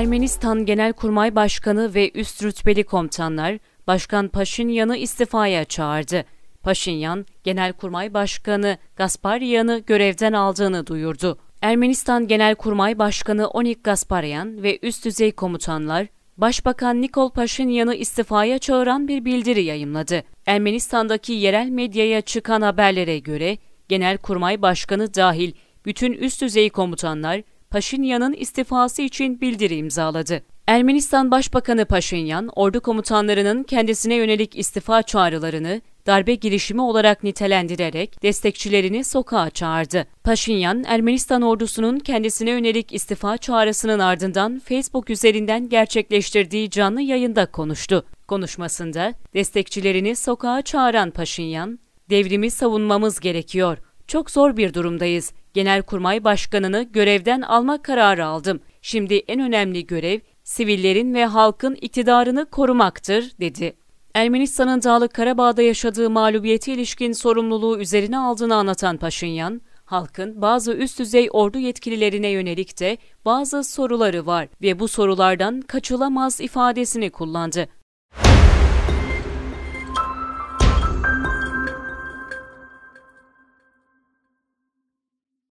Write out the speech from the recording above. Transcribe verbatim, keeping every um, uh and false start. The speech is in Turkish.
Ermenistan Genelkurmay Başkanı ve üst rütbeli komutanlar, Başkan Paşinyan'ı istifaya çağırdı. Paşinyan, Genelkurmay Başkanı Gasparyan'ı görevden aldığını duyurdu. Ermenistan Genelkurmay Başkanı Onik Gasparyan ve üst düzey komutanlar, Başbakan Nikol Paşinyan'ı istifaya çağıran bir bildiri yayımladı. Ermenistan'daki yerel medyaya çıkan haberlere göre, Genelkurmay Başkanı dahil bütün üst düzey komutanlar, Paşinyan'ın istifası için bildiri imzaladı. Ermenistan Başbakanı Paşinyan, ordu komutanlarının kendisine yönelik istifa çağrılarını darbe girişimi olarak nitelendirerek destekçilerini sokağa çağırdı. Paşinyan, Ermenistan ordusunun kendisine yönelik istifa çağrısının ardından Facebook üzerinden gerçekleştirdiği canlı yayında konuştu. Konuşmasında destekçilerini sokağa çağıran Paşinyan, "Devrimi savunmamız gerekiyor. Çok zor bir durumdayız. Genelkurmay Başkanı'nı görevden alma kararı aldım. Şimdi en önemli görev sivillerin ve halkın iktidarını korumaktır," dedi. Ermenistan'ın Dağlık Karabağ'da yaşadığı mağlubiyete ilişkin sorumluluğu üzerine aldığını anlatan Paşinyan, halkın bazı üst düzey ordu yetkililerine yönelik de bazı soruları var ve bu sorulardan kaçılamaz ifadesini kullandı.